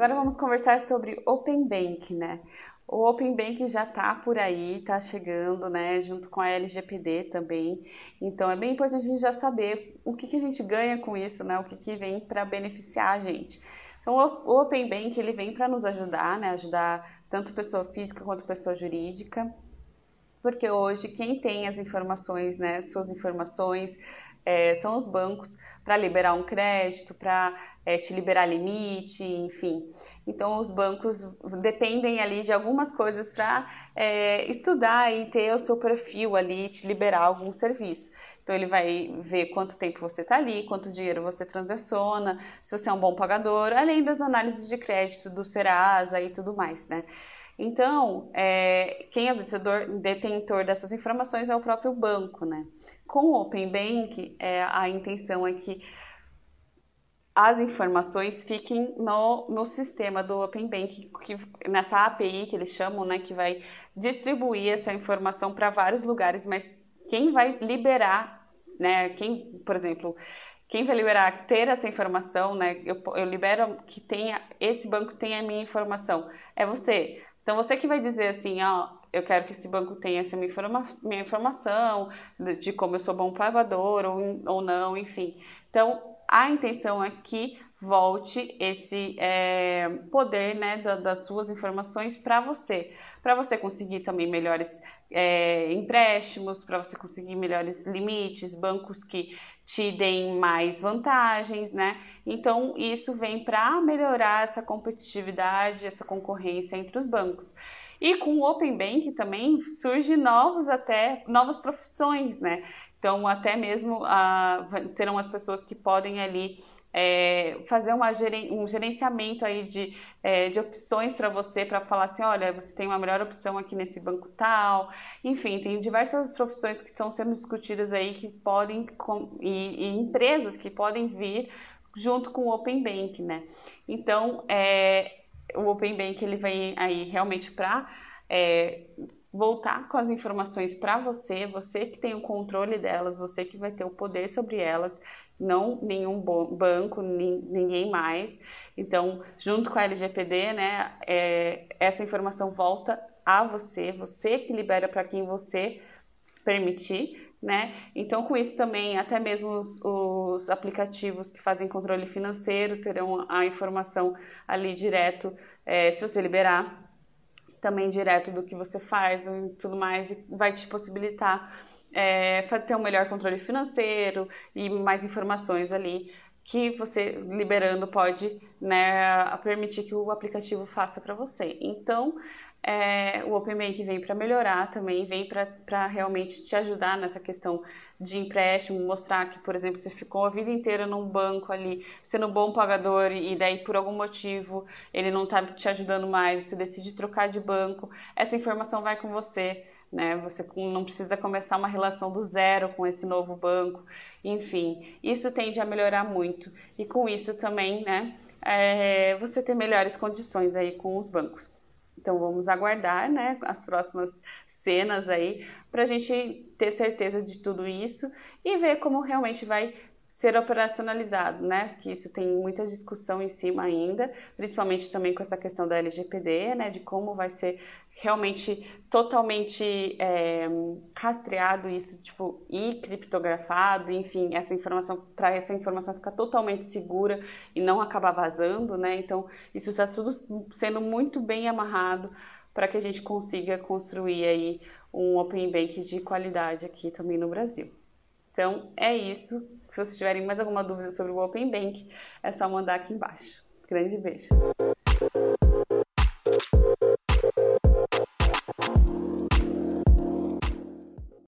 Agora vamos conversar sobre Open Bank, né? O Open Bank já tá por aí, tá chegando, né? Junto com a LGPD também. Então é bem importante a gente já saber o que a gente ganha com isso, né? O que vem para beneficiar a gente. Então o Open Bank ele vem para nos ajudar, né? Ajudar tanto pessoa física quanto pessoa jurídica. Porque hoje quem tem as informações, né, suas informações, são os bancos para liberar um crédito, para te liberar limite, enfim. Então os bancos dependem ali de algumas coisas para estudar e ter o seu perfil ali, te liberar algum serviço. Então ele vai ver quanto tempo você está ali, quanto dinheiro você transaciona, se você é um bom pagador, além das análises de crédito do Serasa e tudo mais, né? Então, quem é o detentor dessas informações é o próprio banco, né? Com o Open Bank, a intenção é que as informações fiquem no sistema do Open Bank, nessa API que eles chamam, né? Que vai distribuir essa informação para vários lugares, mas quem vai liberar, né? Por exemplo, quem vai liberar ter essa informação, né? Eu libero que esse banco tenha a minha informação. É você. Então, você que vai dizer assim, ó, eu quero que esse banco tenha essa minha informação, de como eu sou bom pagador ou não, enfim. Então, a intenção é que volte esse poder, né, das suas informações para você conseguir também melhores empréstimos, para você conseguir melhores limites, bancos que te deem mais vantagens, né? Então, isso vem para melhorar essa competitividade, essa concorrência entre os bancos. E com o Open Bank também surgem novas profissões, né? Então, até mesmo terão as pessoas que podem ali fazer um gerenciamento aí de opções para você, para falar assim, olha, você tem uma melhor opção aqui nesse banco tal. Enfim, tem diversas profissões que estão sendo discutidas aí que podem, e empresas que podem vir junto com o Open Bank, né? Então, o Open Bank ele vem aí realmente para voltar com as informações para você que tem o controle delas, você que vai ter o poder sobre elas, não nenhum banco, ninguém mais. Então, junto com a LGPD, né, essa informação volta a você que libera para quem você permitir, né? Então, com isso também, até mesmo os aplicativos que fazem controle financeiro terão a informação ali direto, se você liberar também direto do que você faz e tudo mais, e vai te possibilitar ter um melhor controle financeiro e mais informações ali que você liberando pode, né, permitir que o aplicativo faça para você. Então, o Open Bank vem para melhorar também, vem para realmente te ajudar nessa questão de empréstimo, mostrar que, por exemplo, você ficou a vida inteira num banco ali, sendo um bom pagador e daí por algum motivo ele não está te ajudando mais, você decide trocar de banco, essa informação vai com você, né? Você não precisa começar uma relação do zero com esse novo banco, enfim, isso tende a melhorar muito e com isso também, né, você ter melhores condições aí com os bancos. Então vamos aguardar, né, as próximas cenas aí para a gente ter certeza de tudo isso e ver como realmente vai ser operacionalizado, né? Que isso tem muita discussão em cima ainda, principalmente também com essa questão da LGPD, né? De como vai ser realmente totalmente rastreado isso, tipo, e criptografado, enfim, para essa informação ficar totalmente segura e não acabar vazando, né? Então, isso está tudo sendo muito bem amarrado para que a gente consiga construir aí um Open Bank de qualidade aqui também no Brasil. Então, é isso. Se vocês tiverem mais alguma dúvida sobre o Open Bank, é só mandar aqui embaixo. Grande beijo!